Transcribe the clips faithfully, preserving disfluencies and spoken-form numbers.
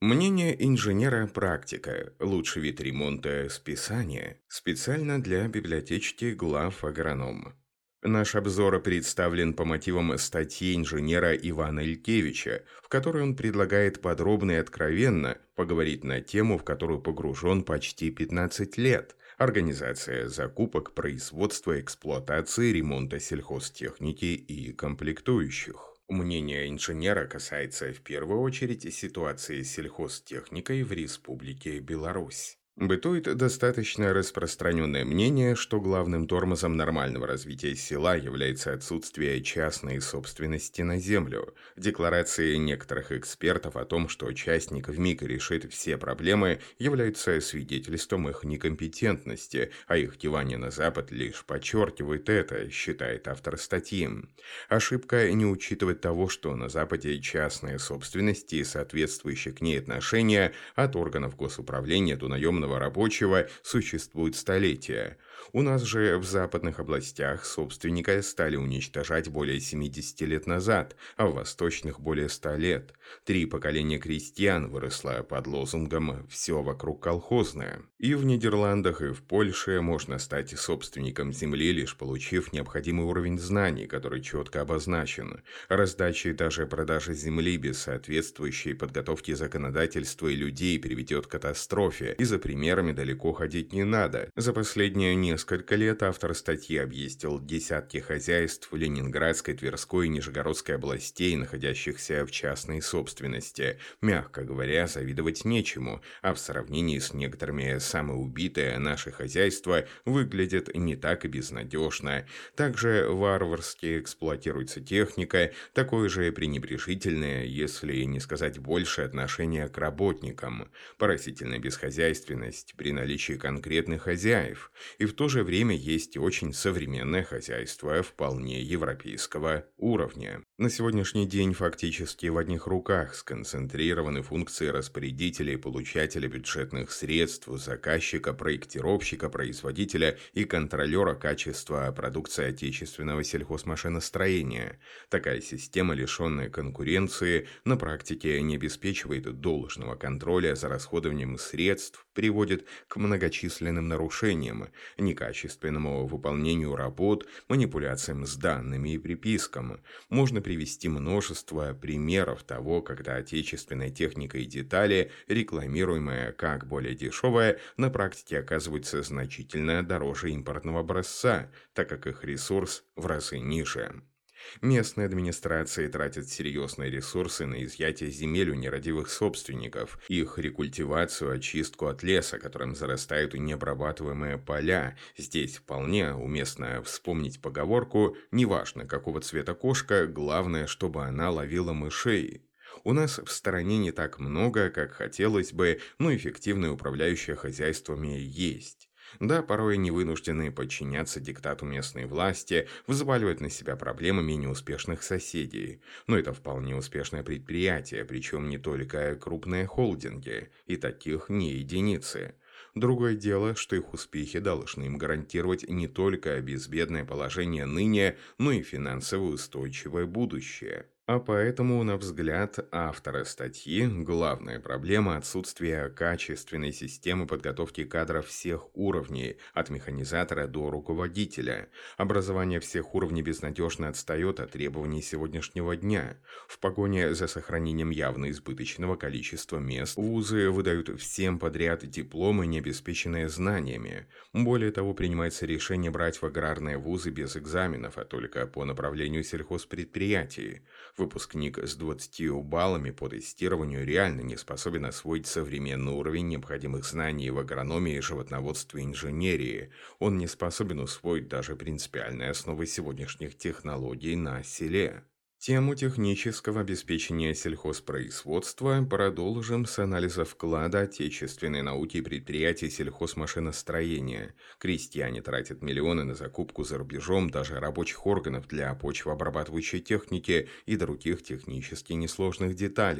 Мнение инженера-практика. Лучший вид ремонта– списание. Специально для библиотечки глав агронома. Наш обзор представлен по мотивам статьи инженера Ивана Илькевича, в которой он предлагает подробно и откровенно поговорить на тему, в которую погружен почти пятнадцать лет– организация закупок, производства, эксплуатации, ремонта сельхозтехники и комплектующих. Мнение инженера касается в первую очередь ситуации с сельхозтехникой в Республике Беларусь. Бытует достаточно распространенное мнение, что главным тормозом нормального развития села является отсутствие частной собственности на землю. Декларации некоторых экспертов о том, что частник вмиг решит все проблемы, являются свидетельством их некомпетентности, а их кивание на Запад лишь подчеркивает это, считает автор статьи. Ошибка не учитывать того, что на Западе частная собственность и соответствующие к ней отношения от органов госуправления до наемного рабочего существуют столетия. У нас же в западных областях собственника стали уничтожать более семидесяти лет назад, а в восточных более ста лет. Три поколения крестьян выросло под лозунгом «все вокруг колхозное». И в Нидерландах, и в Польше можно стать собственником земли, лишь получив необходимый уровень знаний, который четко обозначен. Раздача и даже продажа земли без соответствующей подготовки законодательства и людей приведет к катастрофе, и за примерами далеко ходить не надо. За последние несколько лет автор статьи объездил десятки хозяйств Ленинградской, Тверской и Нижегородской областей, находящихся в частной собственности. Мягко говоря, завидовать нечему, а в сравнении с некоторыми самоубитые наши хозяйства выглядят не так и безнадежно. Также варварски эксплуатируется техника, такое же пренебрежительное, если не сказать больше, отношение к работникам. Поразительная бесхозяйственность при наличии конкретных хозяев. И в то же время есть очень современное хозяйство вполне европейского уровня. На сегодняшний день фактически в одних руках сконцентрированы функции распорядителя и получателя бюджетных средств, заказчика, проектировщика, производителя и контролера качества продукции отечественного сельхозмашиностроения. Такая система, лишенная конкуренции, на практике не обеспечивает должного контроля за расходованием средств, приводит к многочисленным нарушениям, некачественному выполнению работ, манипуляциям с данными и припискам. Можно привести множество примеров того, когда отечественная техника и детали, рекламируемые как более дешевая, на практике оказываются значительно дороже импортного образца, так как их ресурс в разы ниже. Местные администрации тратят серьезные ресурсы на изъятие земель у нерадивых собственников, их рекультивацию, очистку от леса, которым зарастают необрабатываемые поля. Здесь вполне уместно вспомнить поговорку «неважно, какого цвета кошка, главное, чтобы она ловила мышей». У нас в стороне не так много, как хотелось бы, но эффективные управляющие хозяйствами есть. Да, порой они вынуждены подчиняться диктату местной власти, взваливать на себя проблемы менее успешных соседей. Но это вполне успешное предприятие, причем не только крупные холдинги, и таких не единицы. Другое дело, что их успехи должны им гарантировать не только безбедное положение ныне, но и финансово устойчивое будущее. А поэтому, на взгляд автора статьи, главная проблема – отсутствие качественной системы подготовки кадров всех уровней, от механизатора до руководителя. Образование всех уровней безнадежно отстает от требований сегодняшнего дня. В погоне за сохранением явно избыточного количества мест вузы выдают всем подряд дипломы, не обеспеченные знаниями. Более того, принимается решение брать в аграрные вузы без экзаменов, а только по направлению сельхозпредприятий. Выпускник с двадцатью баллами по тестированию реально не способен освоить современный уровень необходимых знаний в агрономии, животноводстве и инженерии. Он не способен усвоить даже принципиальные основы сегодняшних технологий на селе. Тему технического обеспечения сельхозпроизводства продолжим с анализа вклада отечественной науки и предприятий сельхозмашиностроения. Крестьяне тратят миллионы на закупку за рубежом даже рабочих органов для почвообрабатывающей техники и других технически несложных деталей.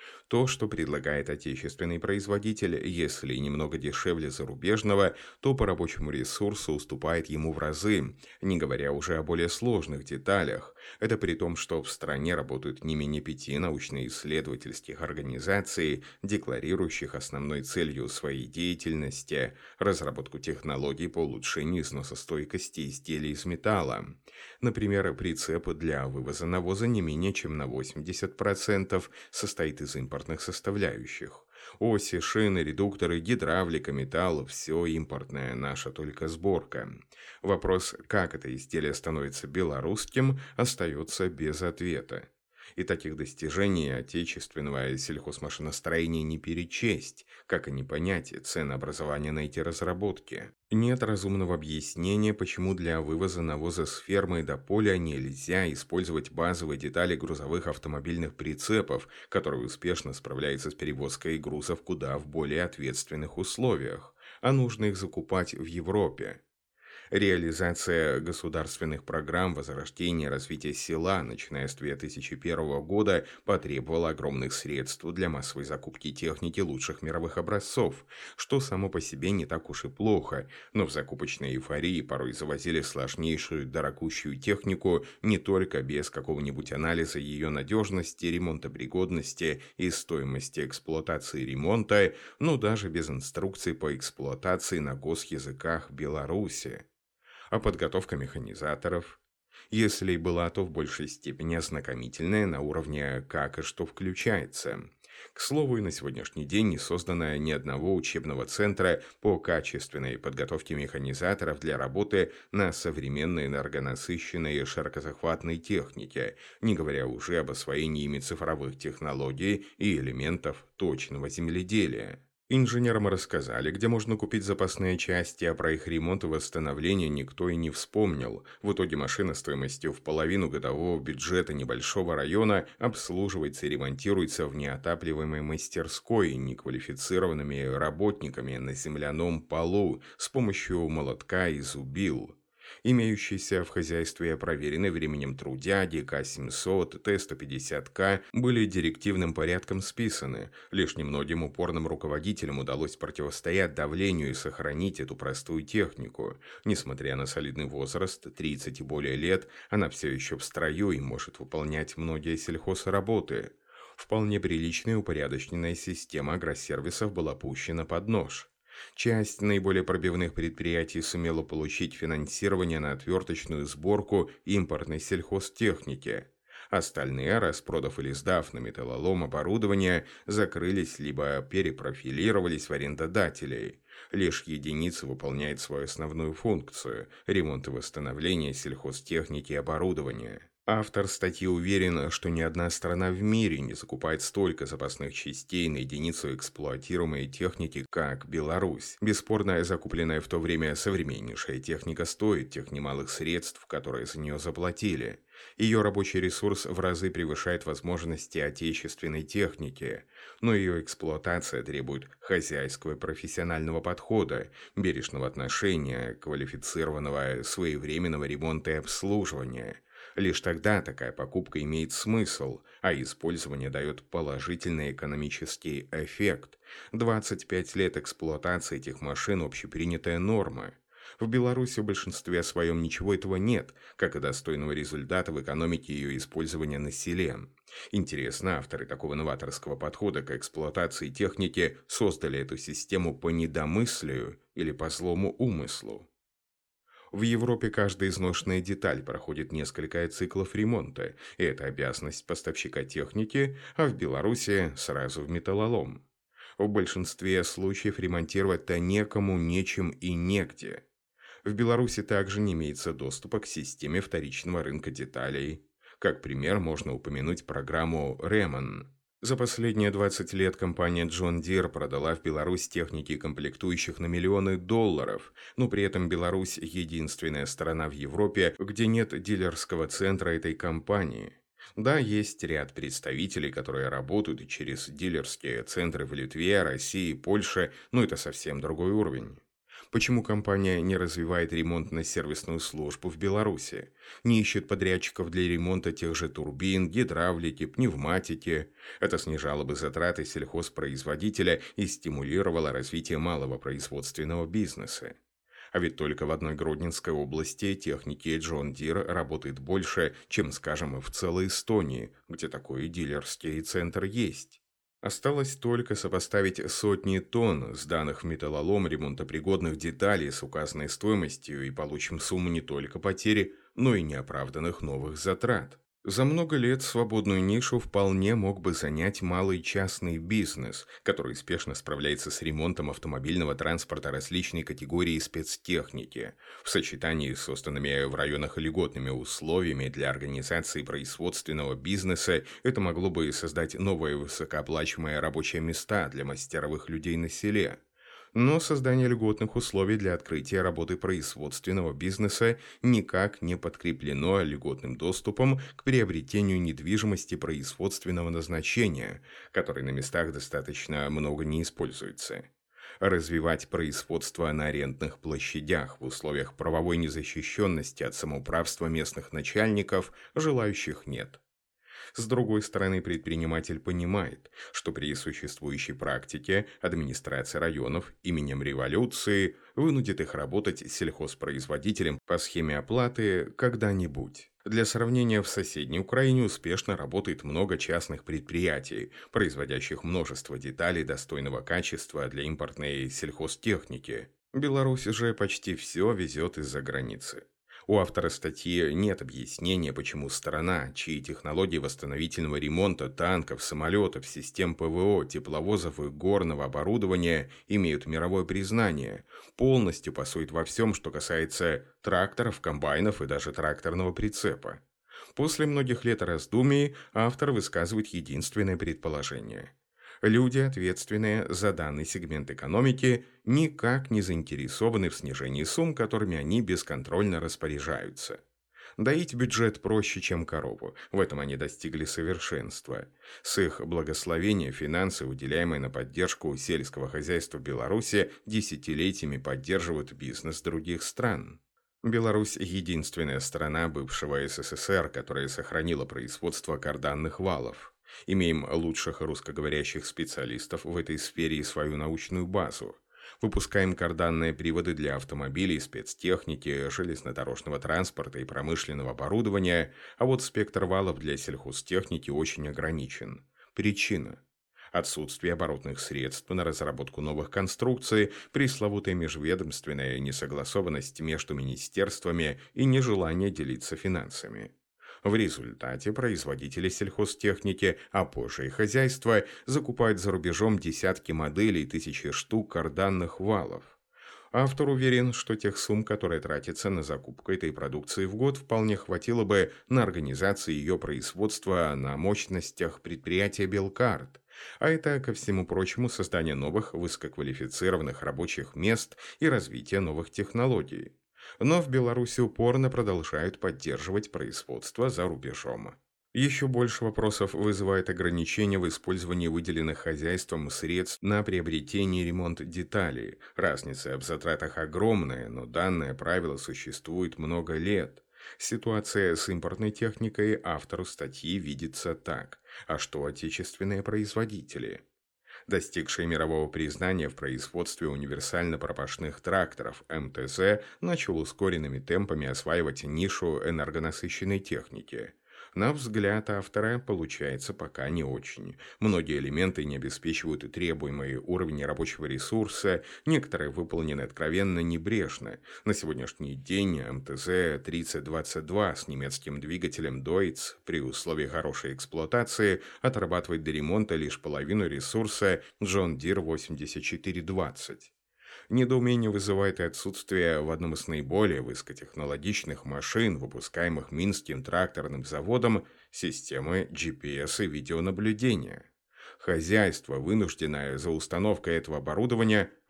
То, что предлагает отечественный производитель, если немного дешевле зарубежного, то по рабочему ресурсу уступает ему в разы, не говоря уже о более сложных деталях. Это при том, что в стране работают не менее пяти научно-исследовательских организаций, декларирующих основной целью своей деятельности разработку технологий по улучшению износостойкости изделий из металла. Например, прицеп для вывоза навоза не менее чем на восемьдесят процентов состоит из импортных составляющих. Оси, шины, редукторы, гидравлика, металл – все импортное, наша только сборка. Вопрос, как это изделие становится белорусским, остается без ответа. И таких достижений отечественного сельхозмашиностроения не перечесть, как и не понять ценообразования на эти разработки. Нет разумного объяснения, почему для вывоза навоза с фермы до поля нельзя использовать базовые детали грузовых автомобильных прицепов, которые успешно справляются с перевозкой грузов куда в более ответственных условиях, а нужно их закупать в Европе. Реализация государственных программ возрождения и развития села, начиная с две тысячи первого года, потребовала огромных средств для массовой закупки техники лучших мировых образцов, что само по себе не так уж и плохо, но в закупочной эйфории порой завозили сложнейшую дорогущую технику не только без какого-нибудь анализа ее надежности, ремонтопригодности и стоимости эксплуатации ремонта, но даже без инструкций по эксплуатации на госязыках Беларуси. А подготовка механизаторов, если и была, то в большей степени ознакомительная на уровне «как и что включается». К слову, и на сегодняшний день не создано ни одного учебного центра по качественной подготовке механизаторов для работы на современной энергонасыщенной и широкозахватной технике, не говоря уже об освоении ими цифровых технологий и элементов точного земледелия. Инженерам рассказали, где можно купить запасные части, а про их ремонт и восстановление никто и не вспомнил. В итоге машина стоимостью в половину годового бюджета небольшого района обслуживается и ремонтируется в неотапливаемой мастерской неквалифицированными работниками на земляном полу с помощью молотка и зубил. Имеющиеся в хозяйстве проверенные временем трудяги К семьсот, Т сто пятьдесят К были директивным порядком списаны. Лишь немногим упорным руководителям удалось противостоять давлению и сохранить эту простую технику. Несмотря на солидный возраст, тридцать и более лет, она все еще в строю и может выполнять многие сельхозработы. Вполне приличная и упорядоченная система агросервисов была пущена под нож. Часть наиболее пробивных предприятий сумела получить финансирование на отверточную сборку импортной сельхозтехники. Остальные, распродав или сдав на металлолом оборудование, закрылись либо перепрофилировались в арендодателей. Лишь единица выполняет свою основную функцию – ремонт и восстановление сельхозтехники и оборудования. Автор статьи уверен, что ни одна страна в мире не закупает столько запасных частей на единицу эксплуатируемой техники, как Беларусь. Бесспорно, закупленная в то время современнейшая техника стоит тех немалых средств, которые за нее заплатили. Ее рабочий ресурс в разы превышает возможности отечественной техники, но ее эксплуатация требует хозяйского и профессионального подхода, бережного отношения, квалифицированного своевременного ремонта и обслуживания. Лишь тогда такая покупка имеет смысл, а использование дает положительный экономический эффект. двадцать пять лет эксплуатации этих машин – общепринятая норма. В Беларуси в большинстве своем ничего этого нет, как и достойного результата в экономике ее использования на селе. Интересно, авторы такого новаторского подхода к эксплуатации техники создали эту систему по недомыслию или по злому умыслу? В Европе каждая изношенная деталь проходит несколько циклов ремонта, и это обязанность поставщика техники, а в Беларуси сразу в металлолом. В большинстве случаев ремонтировать-то некому, нечем и негде. В Беларуси также не имеется доступа к системе вторичного рынка деталей. Как пример можно упомянуть программу «Ремон». За последние двадцать лет компания John Deere продала в Беларусь техники комплектующих на миллионы долларов, но при этом Беларусь – единственная страна в Европе, где нет дилерского центра этой компании. Да, есть ряд представителей, которые работают через дилерские центры в Литве, России, Польше, но это совсем другой уровень. Почему компания не развивает ремонтно-сервисную службу в Беларуси, не ищет подрядчиков для ремонта тех же турбин, гидравлики, пневматики? Это снижало бы затраты сельхозпроизводителя и стимулировало развитие малого производственного бизнеса. А ведь только в одной Гродненской области техники John Deere работает больше, чем, скажем, в целой Эстонии, где такой дилерский центр есть. Осталось только сопоставить сотни тонн сданных в металлолом ремонтопригодных деталей с указанной стоимостью и получим сумму не только потери, но и неоправданных новых затрат. За много лет свободную нишу вполне мог бы занять малый частный бизнес, который успешно справляется с ремонтом автомобильного транспорта различной категории спецтехники, в сочетании с созданными в районах льготными условиями для организации производственного бизнеса. Это могло бы создать новые высокооплачиваемые рабочие места для мастеровых людей на селе. Но создание льготных условий для открытия работы производственного бизнеса никак не подкреплено льготным доступом к приобретению недвижимости производственного назначения, который на местах достаточно много не используется. Развивать производство на арендных площадях в условиях правовой незащищенности от самоуправства местных начальников желающих нет. С другой стороны, предприниматель понимает, что при существующей практике администрация районов именем революции вынудит их работать сельхозпроизводителем по схеме оплаты когда-нибудь. Для сравнения, в соседней Украине успешно работает много частных предприятий, производящих множество деталей достойного качества для импортной сельхозтехники. Беларусь же почти все везет из-за границы. У автора статьи нет объяснения, почему страна, чьи технологии восстановительного ремонта танков, самолетов, систем ПВО, тепловозов и горного оборудования имеют мировое признание, полностью пасует во всем, что касается тракторов, комбайнов и даже тракторного прицепа. После многих лет раздумий автор высказывает единственное предположение. Люди, ответственные за данный сегмент экономики, никак не заинтересованы в снижении сумм, которыми они бесконтрольно распоряжаются. Доить бюджет проще, чем корову. В этом они достигли совершенства. С их благословения финансы, выделяемые на поддержку сельского хозяйства Беларуси, десятилетиями поддерживают бизнес других стран. Беларусь – единственная страна бывшего СССР, которая сохранила производство карданных валов. Имеем лучших русскоговорящих специалистов в этой сфере и свою научную базу. Выпускаем карданные приводы для автомобилей, спецтехники, железнодорожного транспорта и промышленного оборудования, а вот спектр валов для сельхозтехники очень ограничен. Причина – отсутствие оборотных средств на разработку новых конструкций, пресловутая межведомственная несогласованность между министерствами и нежелание делиться финансами. В результате производители сельхозтехники, а позже и хозяйства, закупают за рубежом десятки моделей, тысячи штук карданных валов. Автор уверен, что тех сумм, которые тратятся на закупку этой продукции в год, вполне хватило бы на организацию ее производства на мощностях предприятия «Белкарт». А это, ко всему прочему, создание новых высококвалифицированных рабочих мест и развитие новых технологий. Но в Беларуси упорно продолжают поддерживать производство за рубежом. Еще больше вопросов вызывает ограничение в использовании выделенных хозяйством средств на приобретение и ремонт деталей. Разница в затратах огромная, но данное правило существует много лет. Ситуация с импортной техникой автору статьи видится так. А что отечественные производители? Достигший мирового признания в производстве универсально-пропашных тракторов эм тэ зэ начал ускоренными темпами осваивать нишу энергонасыщенной техники. На взгляд автора получается пока не очень. Многие элементы не обеспечивают требуемый уровень рабочего ресурса, некоторые выполнены откровенно небрежно. На сегодняшний день эм тэ зэ тридцать двадцать два с немецким двигателем Deutz при условии хорошей эксплуатации отрабатывает до ремонта лишь половину ресурса John Deere восемьдесят четыре двадцать. Недоумение вызывает и отсутствие в одном из наиболее высокотехнологичных машин, выпускаемых Минским тракторным заводом, системы джи пи эс и видеонаблюдения. Хозяйство, вынужденное за установкой этого оборудования,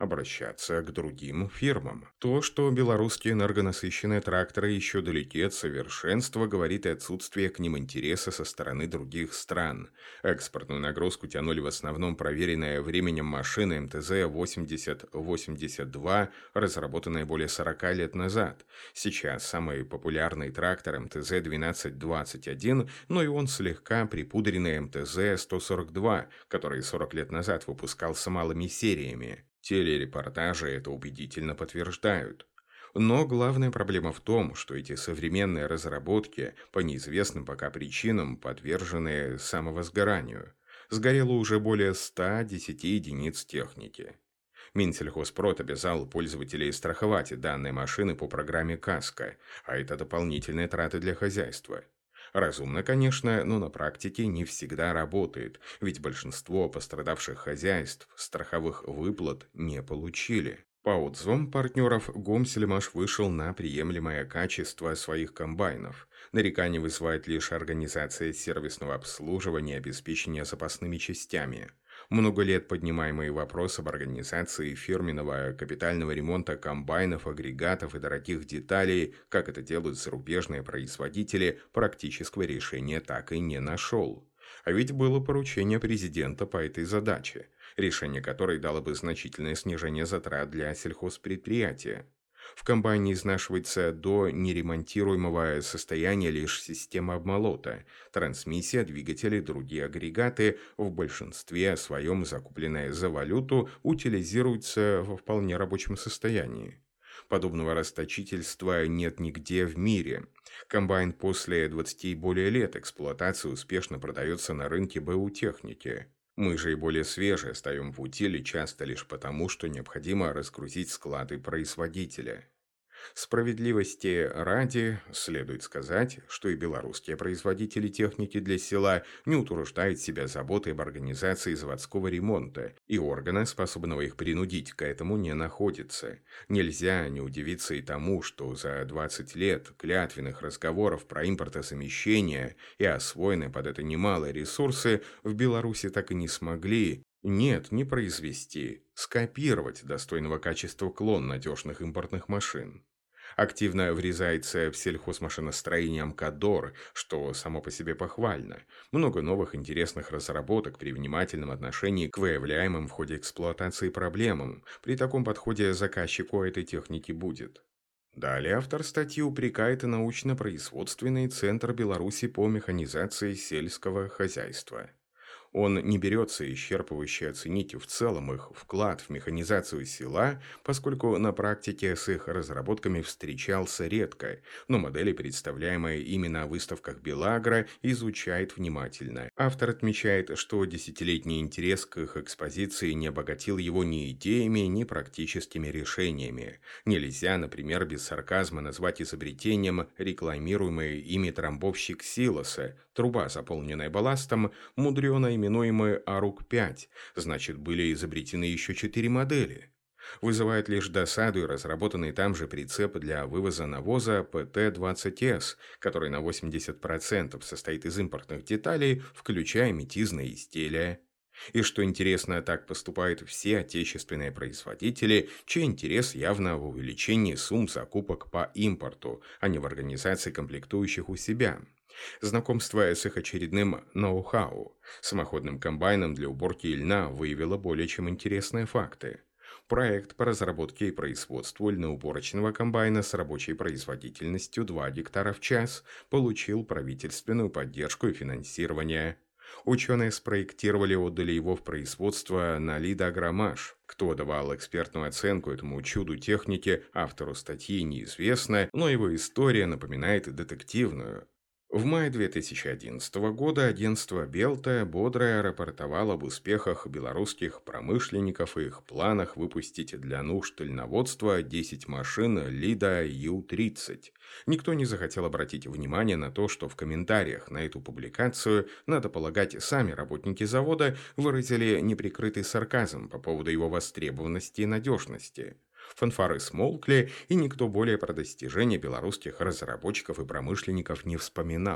обращаться к другим фирмам. То, что белорусские энергонасыщенные тракторы еще далеки от совершенства, говорит и отсутствие к ним интереса со стороны других стран. Экспортную нагрузку тянули в основном проверенные временем машины эм тэ зэ восемьдесят восемьдесят два, разработанные более сорока лет назад. Сейчас самый популярный трактор эм тэ зэ двенадцать двадцать один, но и он слегка припудренный эм тэ зэ сто сорок два, который сорок лет назад выпускался малыми сериями. Телерепортажи это убедительно подтверждают. Но главная проблема в том, что эти современные разработки по неизвестным пока причинам подвержены самовозгоранию. Сгорело уже более ста десяти единиц техники. Минсельхозпрод обязал пользователей страховать данные машины по программе «Каска», а это дополнительные траты для хозяйства. Разумно, конечно, но на практике не всегда работает, ведь большинство пострадавших хозяйств страховых выплат не получили. По отзывам партнеров, Гомсельмаш вышел на приемлемое качество своих комбайнов. Нареканий вызывает лишь организация сервисного обслуживания и обеспечения запасными частями. Много лет поднимаемый вопрос об организации фирменного капитального ремонта комбайнов, агрегатов и дорогих деталей, как это делают зарубежные производители, практического решения так и не нашел. А ведь было поручение президента по этой задаче, решение которой дало бы значительное снижение затрат для сельхозпредприятия. В комбайне изнашивается до неремонтируемого состояния лишь система обмолота, трансмиссия, двигатели и другие агрегаты, в большинстве своем закупленные за валюту, утилизируются во вполне рабочем состоянии. Подобного расточительства нет нигде в мире. Комбайн после двадцати и более лет эксплуатации успешно продается на рынке бэ у техники. Мы же и более свежие остаем в утиле часто лишь потому, что необходимо разгрузить склады производителя. Справедливости ради, следует сказать, что и белорусские производители техники для села не утруждают себя заботой об организации заводского ремонта, и органа, способного их принудить к этому, не находится. Нельзя не удивиться и тому, что за двадцать лет клятвенных разговоров про импортозамещение и освоенные под это немалые ресурсы в Беларуси так и не смогли. Нет, не произвести, скопировать достойного качества клон надежных импортных машин. Активно врезается в сельхозмашиностроение «Амкадор», что само по себе похвально. Много новых интересных разработок при внимательном отношении к выявляемым в ходе эксплуатации проблемам. При таком подходе заказчику этой техники будет. Далее автор статьи упрекает и научно-производственный центр Беларуси по механизации сельского хозяйства. Он не берется исчерпывающе оценить в целом их вклад в механизацию села, поскольку на практике с их разработками встречался редко, но модели, представляемые ими на выставках Белагро, изучает внимательно. Автор отмечает, что десятилетний интерес к их экспозиции не обогатил его ни идеями, ни практическими решениями. Нельзя, например, без сарказма назвать изобретением рекламируемый ими трамбовщик силоса, труба, заполненная балластом, мудрено именуемый а эр у ка пять, значит, были изобретены еще четыре модели. Вызывает лишь досаду и разработанный там же прицеп для вывоза навоза пэ тэ двадцать эс, который на восемьдесят процентов состоит из импортных деталей, включая метизные изделия. И что интересно, так поступают все отечественные производители, чей интерес явно в увеличении сумм закупок по импорту, а не в организации комплектующих у себя. Знакомство с их очередным ноу-хау, самоходным комбайном для уборки льна, выявило более чем интересные факты. Проект по разработке и производству льноуборочного комбайна с рабочей производительностью два гектара в час получил правительственную поддержку и финансирование. Ученые спроектировали и отдали его в производство на Лидагромаш. Кто давал экспертную оценку этому чуду техники, автору статьи неизвестно, но его история напоминает детективную. В мае две тысячи одиннадцатого года агентство «Белта» бодро рапортовало об успехах белорусских промышленников и их планах выпустить для нужд льноводства десять машин Лида ю тридцать. Никто не захотел обратить внимание на то, что в комментариях на эту публикацию, надо полагать, сами работники завода выразили неприкрытый сарказм по поводу его востребованности и надежности. Фанфары смолкли, и никто более про достижения белорусских разработчиков и промышленников не вспоминал.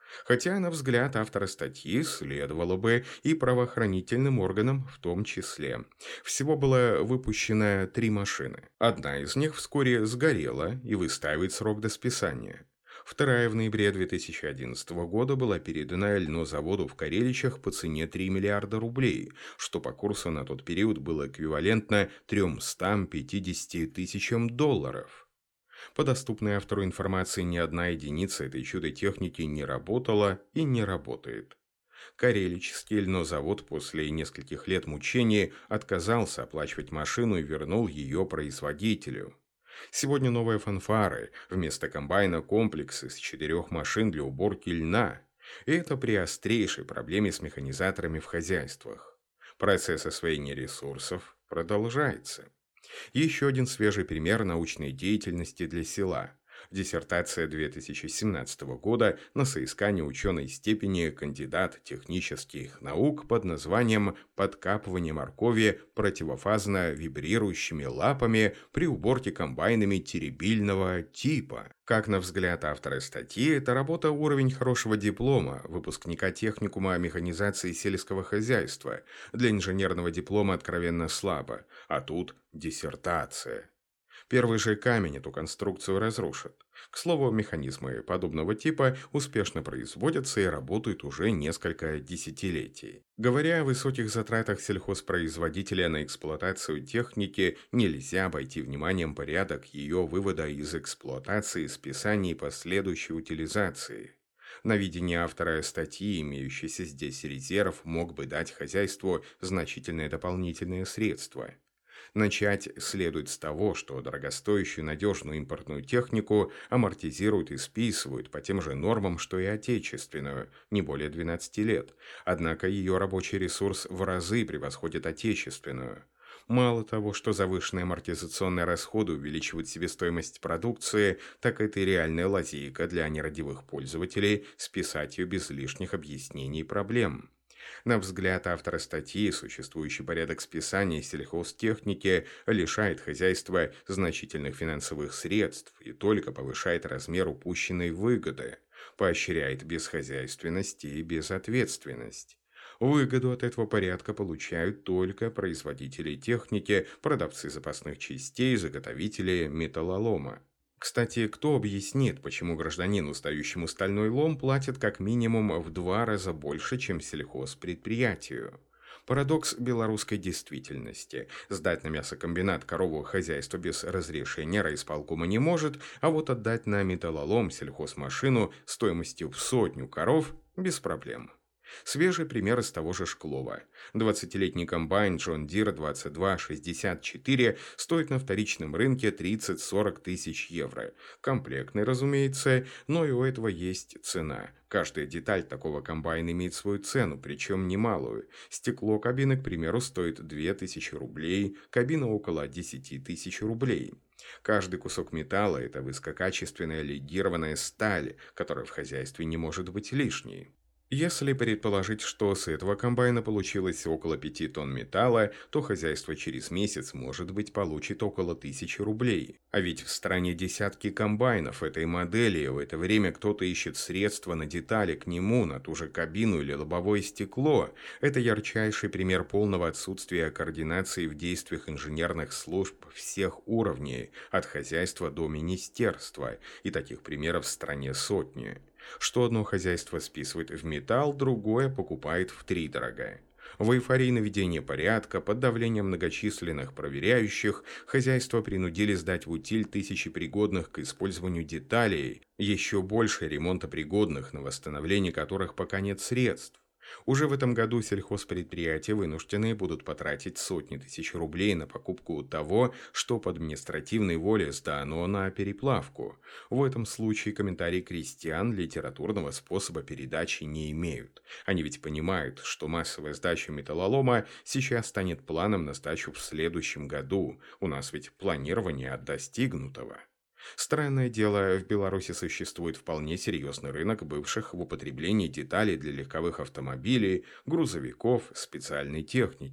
Хотя, на взгляд автора статьи, следовало бы и правоохранительным органам в том числе. Всего было выпущено три машины. Одна из них вскоре сгорела и выставит срок до списания. Вторая в ноябре две тысячи одиннадцатого года была передана льнозаводу в Кареличах по цене три миллиарда рублей, что по курсу на тот период было эквивалентно трёмстам пятидесяти тысячам долларов. По доступной автору информации ни одна единица этой чудо-техники не работала и не работает. Карелический льнозавод после нескольких лет мучений отказался оплачивать машину и вернул ее производителю. Сегодня новые фанфары, вместо комбайна комплекс из четырех машин для уборки льна. И это при острейшей проблеме с механизаторами в хозяйствах. Процесс освоения ресурсов продолжается. Еще один свежий пример научной деятельности для села. Диссертация две тысячи семнадцатого года на соискание ученой степени кандидат технических наук под названием «Подкапывание моркови противофазно вибрирующими лапами при уборке комбайнами теребильного типа». Как на взгляд автора статьи, это работа уровень хорошего диплома, выпускника техникума механизации сельского хозяйства. Для инженерного диплома откровенно слабо, а тут диссертация. Первый же камень эту конструкцию разрушит. К слову, механизмы подобного типа успешно производятся и работают уже несколько десятилетий. Говоря о высоких затратах сельхозпроизводителя на эксплуатацию техники, нельзя обойти вниманием порядок ее вывода из эксплуатации, списания и последующей утилизации. На видение автора статьи, имеющийся здесь резерв, мог бы дать хозяйству значительные дополнительные средства. Начать следует с того, что дорогостоящую надежную импортную технику амортизируют и списывают по тем же нормам, что и отечественную, не более двенадцати лет. Однако ее рабочий ресурс в разы превосходит отечественную. Мало того, что завышенные амортизационные расходы увеличивают себестоимость продукции, так это и реальная лазейка для нерадивых пользователей списать ее без лишних объяснений и проблем. На взгляд автора статьи, существующий порядок списания сельхозтехники лишает хозяйства значительных финансовых средств и только повышает размер упущенной выгоды, поощряет безхозяйственность и безответственность. Выгоду от этого порядка получают только производители техники, продавцы запасных частей, заготовители металлолома. Кстати, кто объяснит, почему гражданину, сдающему стальной лом, платят как минимум в два раза больше, чем сельхозпредприятию? Парадокс белорусской действительности. Сдать на мясокомбинат корову хозяйство без разрешения райисполкома не может, а вот отдать на металлолом сельхозмашину стоимостью в сотню коров без проблем. Свежий пример из того же Шклова. двадцатилетний комбайн John Deere двадцать два шестьдесят четыре стоит на вторичном рынке тридцать-сорок тысяч евро. Комплектный, разумеется, но и у этого есть цена. Каждая деталь такого комбайна имеет свою цену, причем немалую. Стекло кабины, к примеру, стоит две тысячи рублей, кабина около десять тысяч рублей. Каждый кусок металла – это высококачественная легированная сталь, которая в хозяйстве не может быть лишней. Если предположить, что с этого комбайна получилось около пяти тонн металла, то хозяйство через месяц, может быть, получит около тысячи рублей. А ведь в стране десятки комбайнов этой модели, и в это время кто-то ищет средства на детали к нему, на ту же кабину или лобовое стекло. Это ярчайший пример полного отсутствия координации в действиях инженерных служб всех уровней, от хозяйства до министерства, и таких примеров в стране сотни. Что одно хозяйство списывает в металл, другое покупает втридорога. В эйфории наведения порядка, под давлением многочисленных проверяющих, хозяйства принудили сдать в утиль тысячи пригодных к использованию деталей, еще больше ремонтопригодных, на восстановление которых пока нет средств. Уже в этом году сельхозпредприятия вынуждены будут потратить сотни тысяч рублей на покупку того, что по административной воле сдано на переплавку. В этом случае комментарии крестьян литературного способа передачи не имеют. Они ведь понимают, что массовая сдача металлолома сейчас станет планом на сдачу в следующем году. У нас ведь планирование от достигнутого. Странное дело, в Беларуси существует вполне серьезный рынок бывших в употреблении деталей для легковых автомобилей, грузовиков, специальной техники.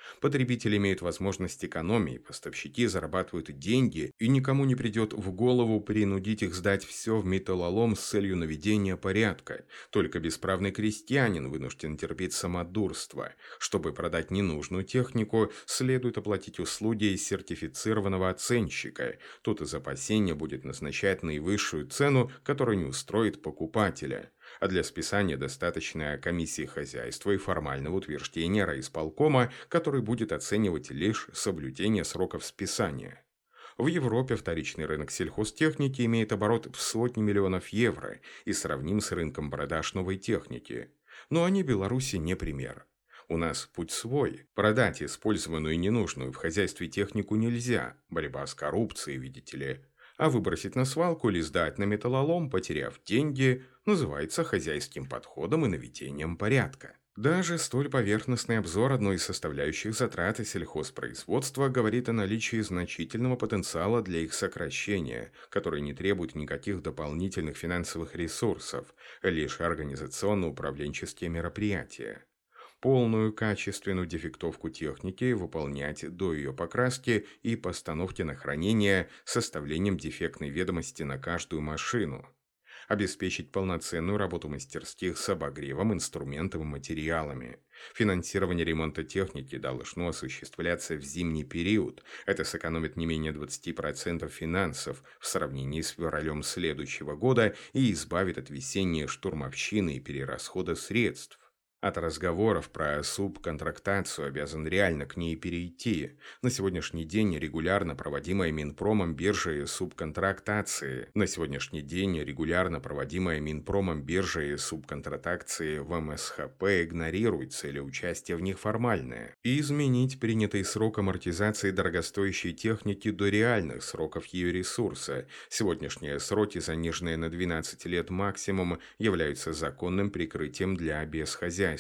Потребители имеют возможность экономии, поставщики зарабатывают деньги, и никому не придет в голову принудить их сдать все в металлолом с целью наведения порядка. Только бесправный крестьянин вынужден терпеть самодурство. Чтобы продать ненужную технику, следует оплатить услуги сертифицированного оценщика. Тут из опасения будет назначать наивысшую цену, которая не устроит покупателя. А для списания достаточно комиссии хозяйства и формального утверждения райисполкома, который будет оценивать лишь соблюдение сроков списания. В Европе вторичный рынок сельхозтехники имеет оборот в сотни миллионов евро и сравним с рынком продаж новой техники. Но они Беларуси не пример. У нас путь свой. Продать использованную и ненужную в хозяйстве технику нельзя. Борьба с коррупцией, видите ли. А выбросить на свалку или сдать на металлолом, потеряв деньги, называется хозяйским подходом и наведением порядка. Даже столь поверхностный обзор одной из составляющих затрат сельхозпроизводства говорит о наличии значительного потенциала для их сокращения, который не требует никаких дополнительных финансовых ресурсов, лишь организационно-управленческие мероприятия. Полную качественную дефектовку техники выполнять до ее покраски и постановки на хранение с составлением дефектной ведомости на каждую машину. Обеспечить полноценную работу мастерских с обогревом, инструментом и материалами. Финансирование ремонта техники должно осуществляться в зимний период. Это сэкономит не менее двадцать процентов финансов в сравнении с февралем следующего года и избавит от весенней штурмовщины и перерасхода средств. От разговоров про субконтрактацию обязан реально к ней перейти. На сегодняшний день регулярно проводимая Минпромом биржа субконтрактации. На сегодняшний день регулярно проводимая Минпромом биржа субконтрактации в эм эс ха пэ игнорируется или участие в них формальное. И изменить принятый срок амортизации дорогостоящей техники до реальных сроков ее ресурса. Сегодняшние сроки, заниженные на двенадцать лет максимум, являются законным прикрытием для безхозяйства.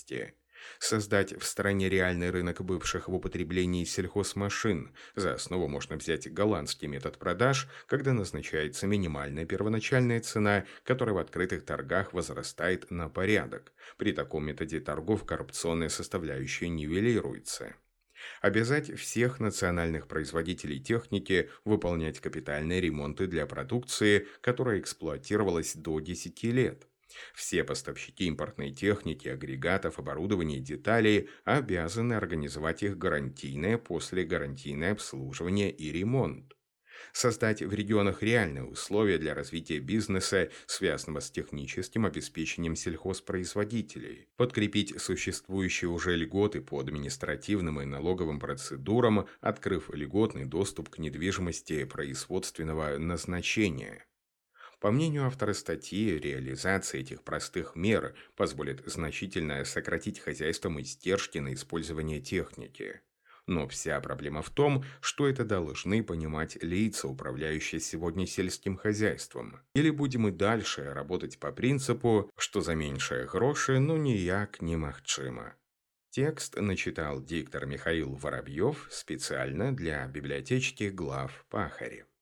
Создать в стране реальный рынок бывших в употреблении сельхозмашин. За основу можно взять голландский метод продаж, когда назначается минимальная первоначальная цена, которая в открытых торгах возрастает на порядок. При таком методе торгов коррупционная составляющая нивелируется. Обязать всех национальных производителей техники выполнять капитальные ремонты для продукции, которая эксплуатировалась до десяти лет. Все поставщики импортной техники, агрегатов, оборудования и деталей обязаны организовать их гарантийное, послегарантийное обслуживание и ремонт. Создать в регионах реальные условия для развития бизнеса, связанного с техническим обеспечением сельхозпроизводителей. Подкрепить существующие уже льготы по административным и налоговым процедурам, открыв льготный доступ к недвижимости производственного назначения. По мнению автора статьи, реализация этих простых мер позволит значительно сократить хозяйствам издержки на использование техники. Но вся проблема в том, что это должны понимать лица, управляющие сегодня сельским хозяйством. Или будем и дальше работать по принципу, что за меньшие гроши ну ніяк немагчыма. Текст начитал диктор Михаил Воробьев специально для библиотечки глав Пахари.